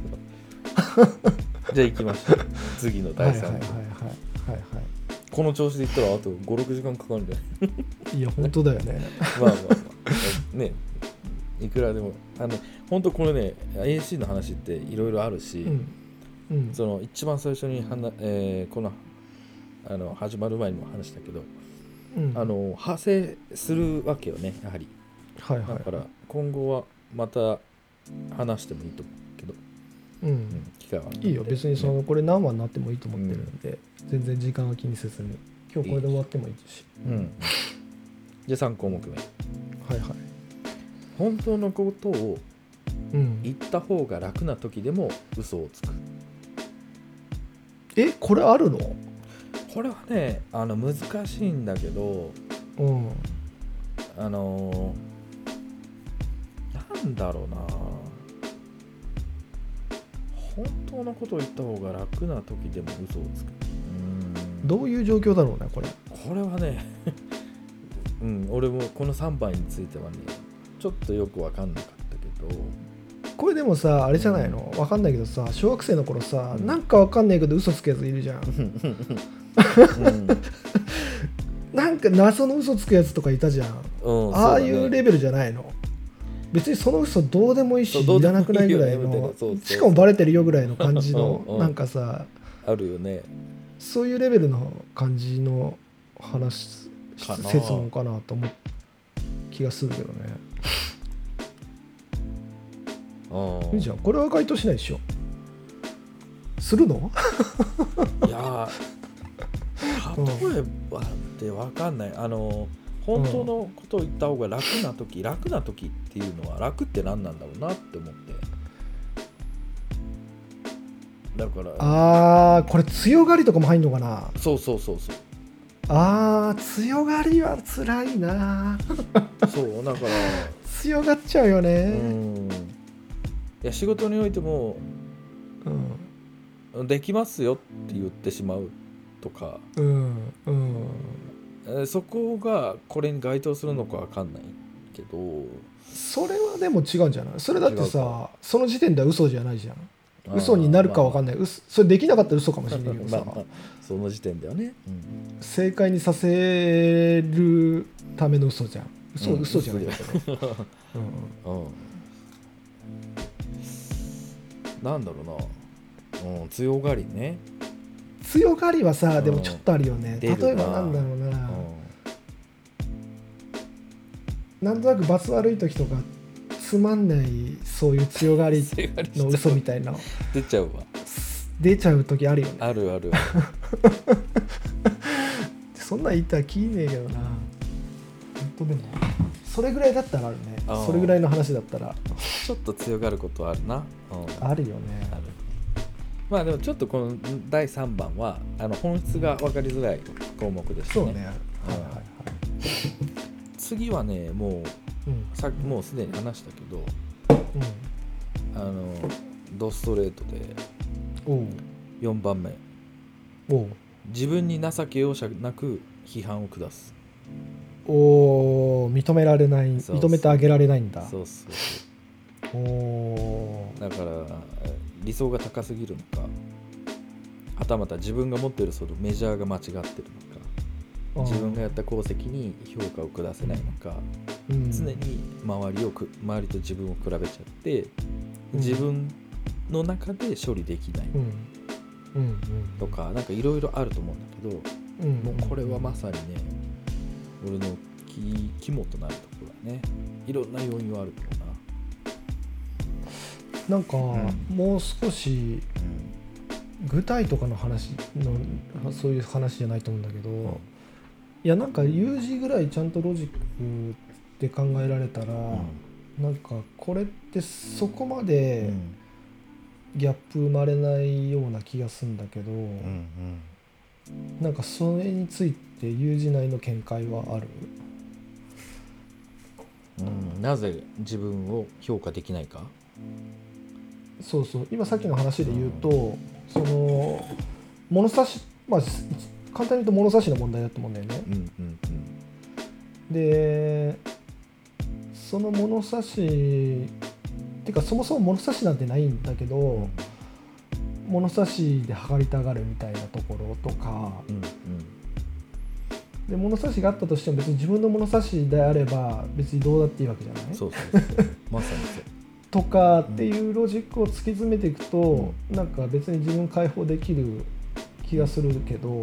[SPEAKER 2] じゃあ行きましょう。次の第3項。この調子でいったらあと 5,6 時間かかるんだよ。
[SPEAKER 1] いや本当だよね。
[SPEAKER 2] ね、いくらでも本当これね AC の話っていろいろあるし、その一番最初にこの始まる前にも話したけど、派生するわけよね、やはり。だから今後はまた話してもいいと思うけど、機会はあるので
[SPEAKER 1] いいよ、別にこれ何話になってもいいと思ってるんで、全然時間は気にせずに今日これで終わってもいいし。
[SPEAKER 2] じゃあ3項目目。本当のことを言った方が楽な時でも嘘をつく。
[SPEAKER 1] これあるの？
[SPEAKER 2] これはね難しいんだけど、なんだろうな、本当のことを言った方が楽な時でも嘘をつく。
[SPEAKER 1] どういう状況だろうねこれ。
[SPEAKER 2] これはね俺もこの3番についてはねちょっとよく分かんなかったけど、
[SPEAKER 1] これでもさあれじゃないの、分かんないけどさ、小学生の頃さ、なんか分かんないけど嘘つくやついるじゃん。なんか謎の嘘つくやつとかいたじゃん。ああいうレベルじゃないの。別にその嘘どうでもいいしいらなくないぐらいの、しかもバレてるよぐらいの感じのなんかさ
[SPEAKER 2] あるよね。
[SPEAKER 1] そういうレベルの感じの話説問かなと思う気がするけどね。いいじゃん、これは該当しないでしょ。するの？
[SPEAKER 2] いや例えばって分かんない。本当のことを言った方が楽な時っていうのは楽って何なんだろうなって思って、 だから
[SPEAKER 1] これ強がりとかも入んのかな。
[SPEAKER 2] そう
[SPEAKER 1] 強がりは辛いな
[SPEAKER 2] そうだから
[SPEAKER 1] 強がっちゃうよね。
[SPEAKER 2] いや仕事においても、できますよって言ってしまうとか、そこがこれに該当するのか分かんないけど、
[SPEAKER 1] それはでも違うんじゃない。それだってさ、その時点では嘘じゃないじゃん。嘘になるか分かんない、それできなかったら嘘かもしれないけどさ
[SPEAKER 2] その時点ではね、
[SPEAKER 1] 正解にさせるための嘘じゃん。嘘じゃないけど
[SPEAKER 2] なんだろうな、強がりね。
[SPEAKER 1] 強がりはさ、でもちょっとあるよね。例えばなんだろうな、なんとなく罰悪い時とかつまんないそういう強がりの嘘みたいな
[SPEAKER 2] 出ちゃうわ。
[SPEAKER 1] 出ちゃう時あるよね。
[SPEAKER 2] ある
[SPEAKER 1] そんなん言ったら聞いねえけどな。本当でもそれぐらいだったらあるね。それぐらいの話だったら
[SPEAKER 2] ちょっと強がることあるな。
[SPEAKER 1] あるよね。
[SPEAKER 2] ある。まあでもちょっとこの第3番は本質が分かりづらい項目ですね。
[SPEAKER 1] そうね。
[SPEAKER 2] 次はね、もうもうすでに話したけど、ドストレートで4番目、自分に情け容赦なく批判を下す。
[SPEAKER 1] 認められない、認めてあげられないんだ。
[SPEAKER 2] そうだから理想が高すぎるのか、はたまた自分が持っているそのメジャーが間違ってるのか、自分がやった功績に評価を下せないのか、常に周りと自分を比べちゃって自分の中で処理できないとか、なんかいろいろあると思うんだけど、もうこれはまさにね、俺の肝となるところはね、いろんな要因はあると思うな。
[SPEAKER 1] なんか、もう少し具体とかの話のそういう話じゃないと思うんだけど、いやなんか有事ぐらいちゃんとロジックで考えられたら、なんかこれってそこまでギャップ生まれないような気がするんだけど、なんかそれについて有事内の見解はある？
[SPEAKER 2] なぜ自分を評価できないか。
[SPEAKER 1] そう今さっきの話で言うと、その物差し、簡単に言うと物差しの問題だと思うんだよね。でその物差しってか、そもそも物差しなんてないんだけど、物差しで測りたがるみたいなところとか、で物差しがあったとしても別に自分の物差しであれば別にどうだっていいわけじゃない。
[SPEAKER 2] そうまさにそう
[SPEAKER 1] とかっていうロジックを突き詰めていくと、なんか別に自分解放できる気がするけど、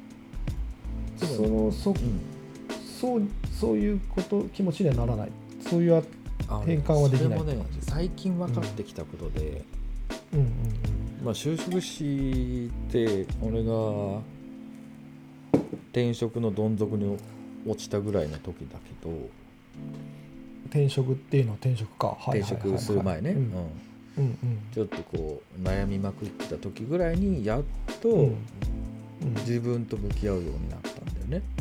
[SPEAKER 1] そういう気持ちにはならない。そういう変換はできない。
[SPEAKER 2] それもね、最近分かってきたことで、就職して俺が転職のどん底に落ちたぐらいの時だけど、
[SPEAKER 1] 転職っていうのは転職か、
[SPEAKER 2] 転職する前ね、ちょっとこう悩みまくった時ぐらいにやっと自分と向き合うようになったんだよね。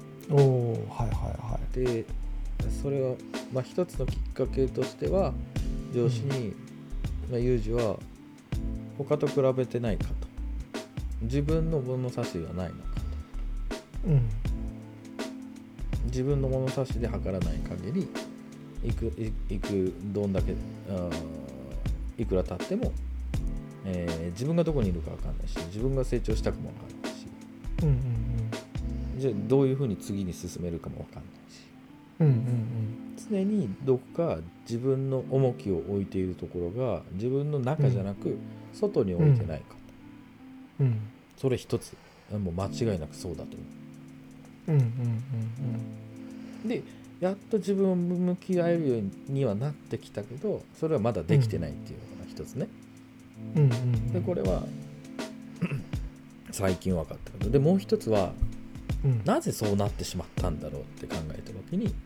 [SPEAKER 2] でそれは一つのきっかけとしては、上司にユージは他と比べてないかと、自分の物差しがないのかと、自分の物差しで測らない限りどんだけいくら経っても、自分がどこにいるか分かんないし、自分が成長したかも分かんないし、じゃあどういうふうに次に進めるかも分かんないし、常にどこか自分の重きを置いているところが自分の中じゃなく外に置いてないかと、それ一つもう間違いなくそうだと思う。でやっと自分を向き合えるようにはなってきたけど、それはまだできてないっていうのが一つね。でこれは最近分かったことで、もう一つは、なぜそうなってしまったんだろうって考えた時に、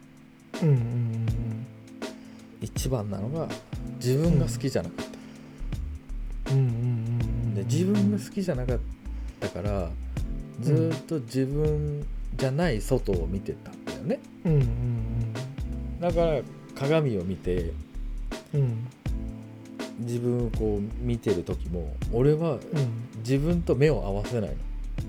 [SPEAKER 2] 一番なのが自分が好きじゃなかった。で自分が好きじゃなかったからずっと自分じゃない外を見てたんだよね、うんうんうん、だから鏡を見て、うん、自分をこう見てる時も俺は自分と目を合わせない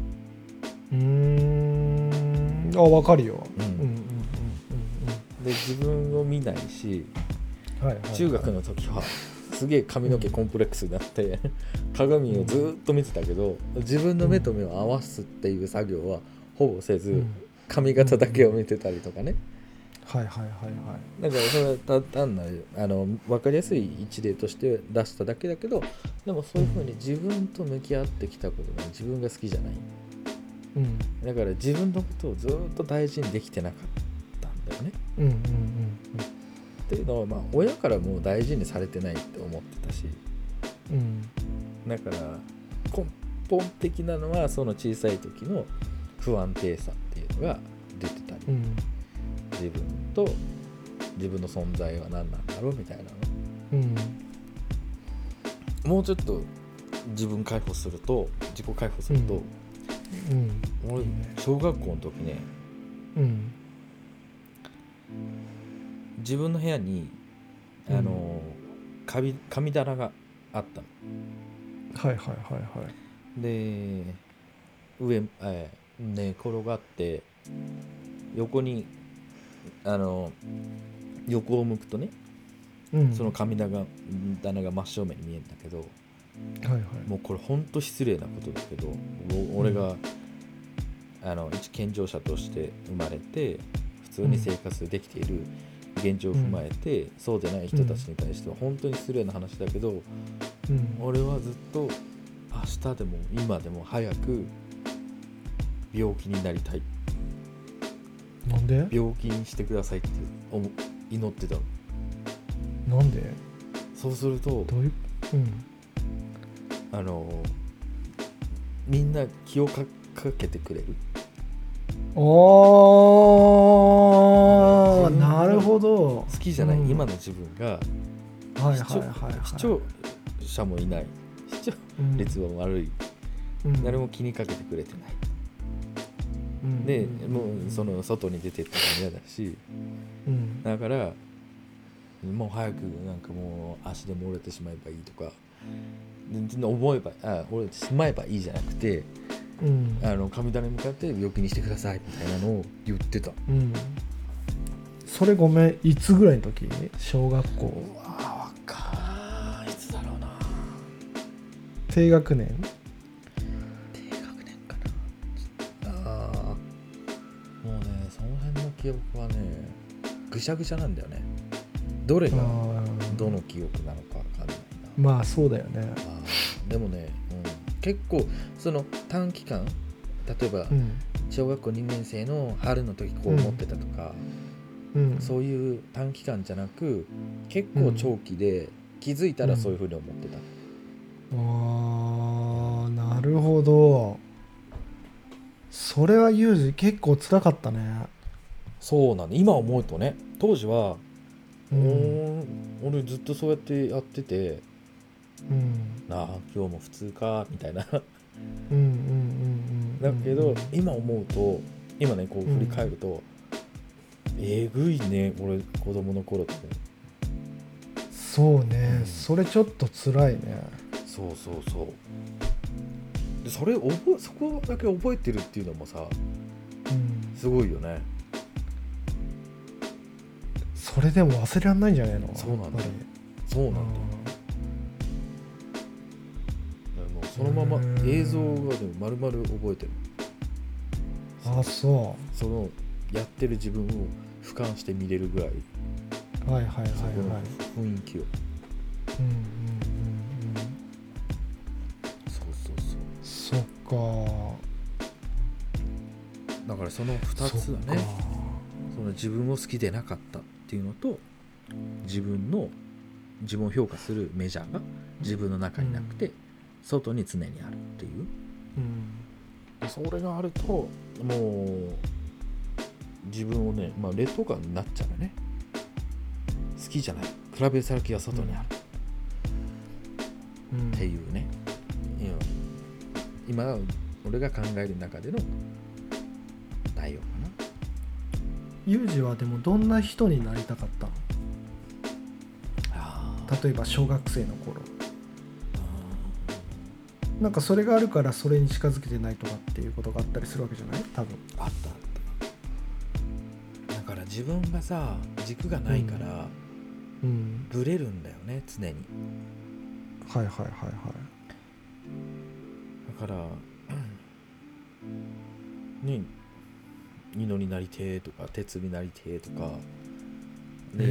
[SPEAKER 1] の。分かるよ、
[SPEAKER 2] で自分を見ないし、はいはいはい、中学の時はすげえ髪の毛コンプレックスになって鏡をずっと見てたけど自分の目と目を合わすっていう作業はほぼせず髪型だけを見てたりとかね、
[SPEAKER 1] はいはいはいはい。
[SPEAKER 2] だからそれは単なる分かりやすい一例として出しただけだけどでもそういう風に自分と向き合ってきたことが自分が好きじゃない、うん、だから自分のことをずっと大事にできてなかったんだよね、うんうんうんうん、っていうのは、まあ、親からもう大事にされてないって思ってたし、うん、だから根本的なのはその小さい時の不安定さっていうのが出てたり、うん、自分の存在は何なんだろうみたいなの、うん、もうちょっと自己解放すると、うん、俺小学校の時ね、うん、自分の部屋に神棚があったの。
[SPEAKER 1] はいはいはいはい。
[SPEAKER 2] で上寝転がって横に横を向くとね、うん、その神棚が真正面に見えるんだけど、はいはい、もうこれほんと失礼なことだけど俺が、一健常者として生まれて普通に生活できている現状を踏まえて、そうでない人たちに対しては本当に失礼な話だけど、俺はずっと明日でも今でも早く病気になりたい。
[SPEAKER 1] なんで？
[SPEAKER 2] 病気にしてくださいって祈ってた
[SPEAKER 1] の。なんで？
[SPEAKER 2] そうすると
[SPEAKER 1] どういう、
[SPEAKER 2] みんな気をかけてくれる。
[SPEAKER 1] なるほど。
[SPEAKER 2] 好きじゃない、今の自分が視聴者もいない、視聴率は悪い、誰も気にかけてくれてない、でもうその外に出てったら嫌だし、だからもう早くなんかもう足でも折れてしまえばいいとか思えば折れてしまえばいいじゃなくて、神棚に向かって病気にしてくださいみたいなのを言ってた、
[SPEAKER 1] それごめん、いつぐらいの時？小学校？
[SPEAKER 2] わかん、いつだろうな。
[SPEAKER 1] 低学年
[SPEAKER 2] かな。もうねその辺の記憶はねぐしゃぐしゃなんだよね。どれがどの記憶なのかわかんない
[SPEAKER 1] な。まあそうだよね。
[SPEAKER 2] でもね、結構その短期間、例えば、小学校2年生の春の時こう思ってたとか、そういう短期間じゃなく結構長期で気づいたらそういうふうに思ってた、
[SPEAKER 1] なるほど。それはユージ結構辛かったね。
[SPEAKER 2] そうなんだ。今思うとね、当時は、俺ずっとそうやってやってて、なあ今日も普通かみたいなだけど今思うと、今ねこう振り返ると、えぐいね、俺子供の頃って。
[SPEAKER 1] そうね、それちょっと辛いね。
[SPEAKER 2] そうでそこだけ覚えてるっていうのもさ、すごいよね。
[SPEAKER 1] それでも忘れらんないんじゃないの？
[SPEAKER 2] そうなんだよ。そうなんだよ。もうそのまま映像がでも丸々覚えてる。
[SPEAKER 1] そう。
[SPEAKER 2] そのやってる自分を俯瞰して見れるぐらい。そこの雰囲気を。
[SPEAKER 1] そっか。
[SPEAKER 2] だからその2つだね。その自分を好きでなかったっていうのと、自分を評価するメジャーが自分の中になくて、外に常にあるっていう、それがあるともう自分をね、劣等感になっちゃうよね。好きじゃない、比べ先が外にある、っていうね。 今俺が考える中での内容かな。
[SPEAKER 1] ユージはでもどんな人になりたかったの？例えば小学生の頃、なんかそれがあるからそれに近づけてないとかっていうことがあったりするわけじゃない？多分
[SPEAKER 2] あっただから自分がさ軸がないから、ブレるんだよね常に。
[SPEAKER 1] はいはいはいはい。
[SPEAKER 2] だからね、ニノになりてーとか鉄になりてーとか、
[SPEAKER 1] ね、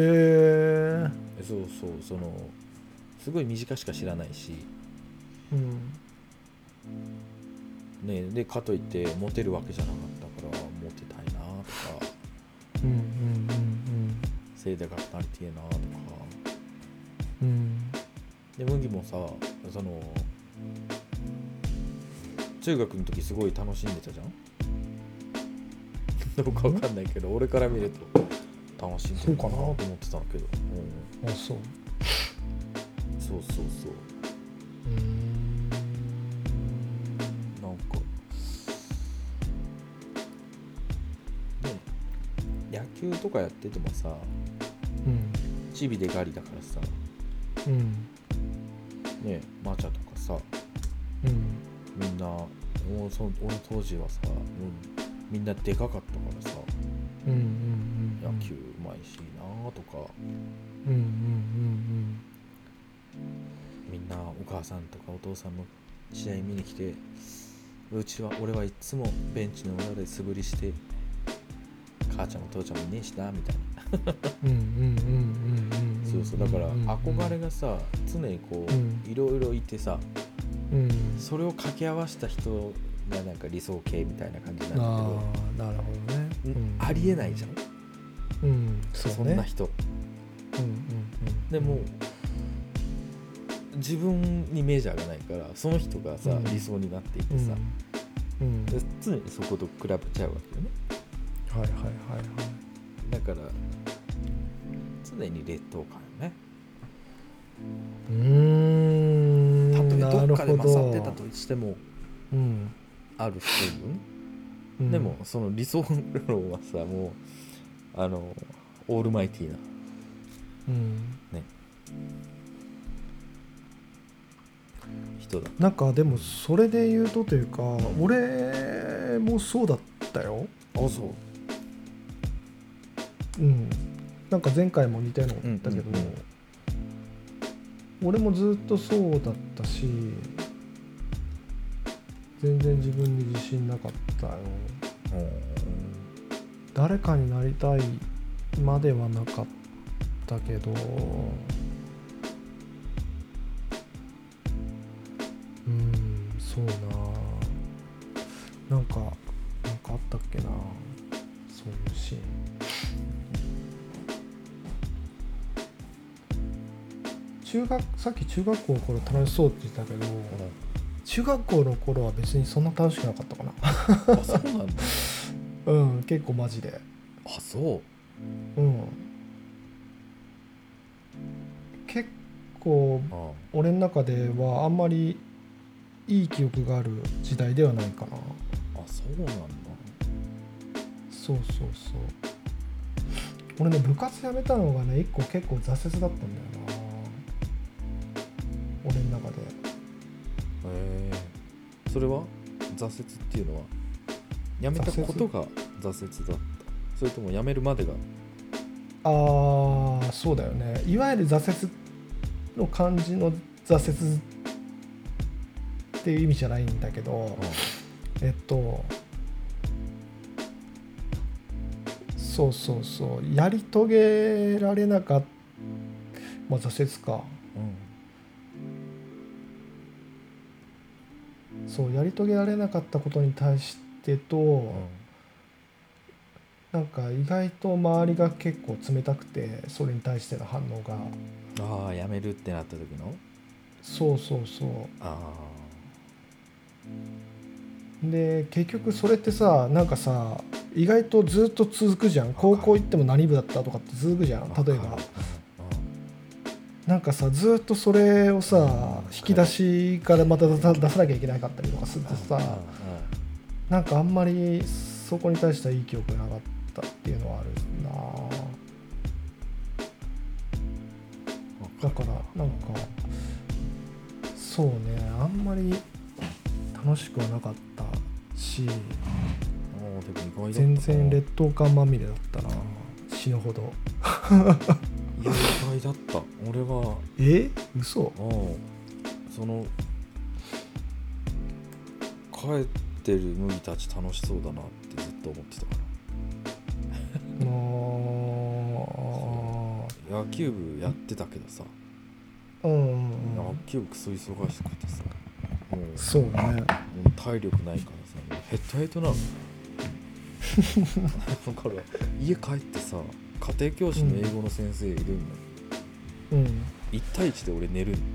[SPEAKER 2] そうそのすごい短しか知らないし、ね、でかといってモテるわけじゃなかったからモテたいなとか、背高くなりてーなとか、で麦もさその中学の時すごい楽しんでたじゃん。どうかわかんないけど、俺から見ると楽しんでるかなと思ってたんだけど。
[SPEAKER 1] あ、そう。
[SPEAKER 2] そうなんかね、野球とかやっててもさ、チビでガリだからさ、ね、マチャとかさ、みんな俺当時はさ、みんなでかかったからさ、野球うまいしなとか、みんなお母さんとかお父さんの試合見に来て、俺はいつもベンチの裏で素振りして、母ちゃんも父ちゃんもいねえしなみたいな。そうだから憧れがさ常にこういろいろいてさ、それを掛け合わせた人がなんか理想形みたいな感じなんだけど、
[SPEAKER 1] なるほどね、
[SPEAKER 2] ありえないじゃん、
[SPEAKER 1] そうね、
[SPEAKER 2] そんな人、でも自分にメジャーがないからその人がさ、理想になっていてさ、常にそこと比べちゃうわけよね。だから常に劣等感よね。たとえどっかで勝ってたとしても、ある人いる、でもその理想論はさもうオールマイティーな、ね、人だ。
[SPEAKER 1] なんかでもそれで言うというか、俺もそうだったよ。
[SPEAKER 2] あ、そう。
[SPEAKER 1] なんか前回も似たようなこと言ったけど、俺もずっとそうだったし、全然自分に自信なかったよ。誰かになりたいまではなかったけど、そうなんかあったっけな、そういうシーン。さっき中学校の頃楽しそうって言ったけど、中学校の頃は別にそんな楽しくなかったかな。
[SPEAKER 2] あ、そうなんだ。
[SPEAKER 1] 結構マジで。
[SPEAKER 2] あ、そう。
[SPEAKER 1] 結構俺の中ではあんまりいい記憶がある時代ではないかな。
[SPEAKER 2] あ、そうなんだ。
[SPEAKER 1] そう俺ね、部活辞めたのがね、一個結構挫折だったんだよな、俺の中で。
[SPEAKER 2] それは挫折っていうのは辞めたことが挫折だった、それとも辞めるまでが。
[SPEAKER 1] そうだよね。いわゆる挫折の漢字の挫折っていう意味じゃないんだけど、そうやり遂げられなかった、挫折か、そうやり遂げられなかったことに対してと、なんか意外と周りが結構冷たくて、それに対しての反応が。
[SPEAKER 2] 辞めるってなった時の。
[SPEAKER 1] そうで結局それってさ、なんかさ意外とずっと続くじゃん。高校行っても何部だったとかって続くじゃん。例えばなんかさずっとそれをさ引き出しからまた出さなきゃいけなかったりとかするとさ、なんかあんまりそこに対してはいい記憶がなかったっていうのはあるな。だからなんかそうね、あんまり楽しくはなかったし、全然劣等感まみれだったな、死ぬほど。
[SPEAKER 2] いや意外だった。俺は
[SPEAKER 1] 嘘？
[SPEAKER 2] その帰ってる麦たち楽しそうだなってずっと思ってたから野球部やってたけどさ、野球部クソ忙しくてさ、もう
[SPEAKER 1] そうね、もう
[SPEAKER 2] 体力ないからさ、ヘッドヘッドなの。だから家帰ってさ、家庭教師の英語の先生いるんだよ、1対1で俺寝るん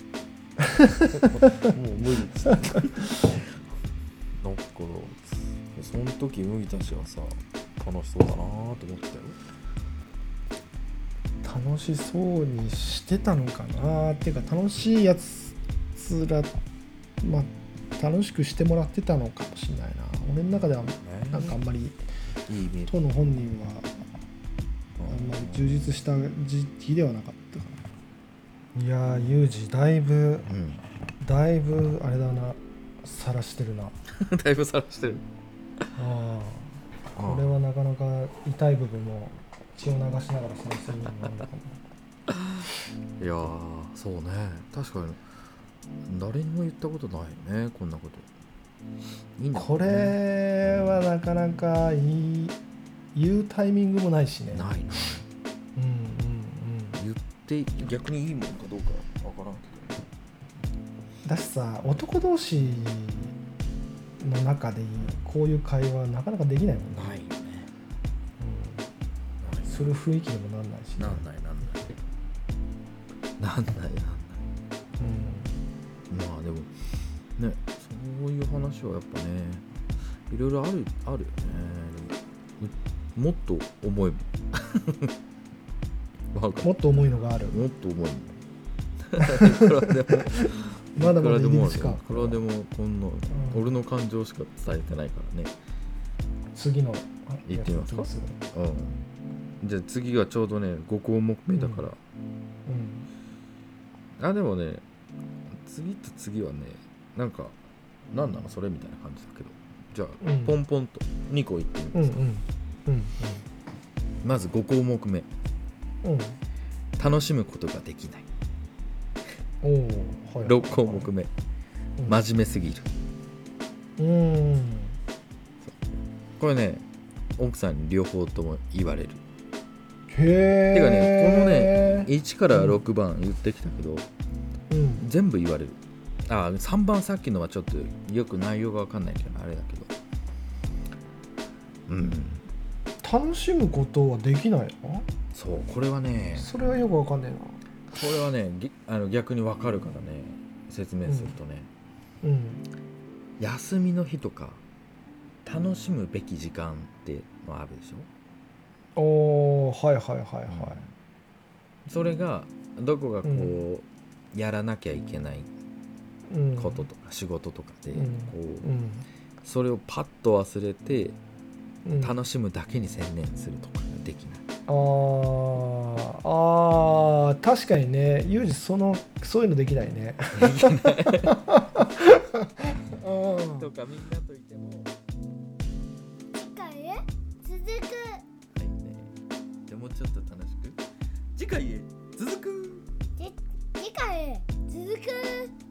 [SPEAKER 2] もう無理っつってだからその時麦たちはさ楽しそうだなと思ってたよ。
[SPEAKER 1] 楽しそうにしてたのかなっていうか、楽しいやつら、まあ楽しくしてもらってたのかもしれないな。俺の中ではなんかあんまり当の本人はあんまり充実した時期ではなかったかな。いやーユージだいぶあれだな、晒してるな。
[SPEAKER 2] だいぶ晒してる。
[SPEAKER 1] これはなかなか痛い部分も血を流しながら再生になるのかも。
[SPEAKER 2] いやーそうね、確かに誰にも言ったことないね、こんなこと。いいんだね、
[SPEAKER 1] これはなかなか言うタイミングもないしね。
[SPEAKER 2] ないな。言って逆にいいもんかどうかわからんけ
[SPEAKER 1] ど。だしさ、男同士の中でこういう会話なかなかできないもんね。
[SPEAKER 2] ないよね。
[SPEAKER 1] する雰囲気にもなんないし、ね。
[SPEAKER 2] なんない。まあでもね、そういう話はやっぱね、いろいろあるよね。もっと重いもん。もっと重いのがある。もっと重いもん。いくらでもまだまだ入り口か。いくらでもこんな、俺の感情しか伝えてないからね。次の言ってみますか。じゃあ次はちょうどね5項目目だから。でもね、次と次はね、なんか何なのそれみたいな感じだけど、じゃあ、ポンポンと2個言ってみますか。まず5項目目、楽しむことができない。6項目目、真面目すぎる。これね、奥さんに両方とも言われる。てかね、このね1から6番言ってきたけど、全部言われる。3番さっきのはちょっとよく内容が分かんないけどあれだけど、楽しむことはできないの？そう、これはね、それはよく分かんないな。これはね逆に分かるからね、説明するとね、休みの日とか楽しむべき時間ってのあるでしょ。それがどこがこう、やらなきゃいけないこととか、仕事とかでこう、それをパッと忘れて、楽しむだけに専念するとかができない。確かにね、ユージそういうのできないね。できないとかみんなといても。次回へ続く。はいね。じゃあもうちょっと楽しく。次回へ続く。次回へ続く。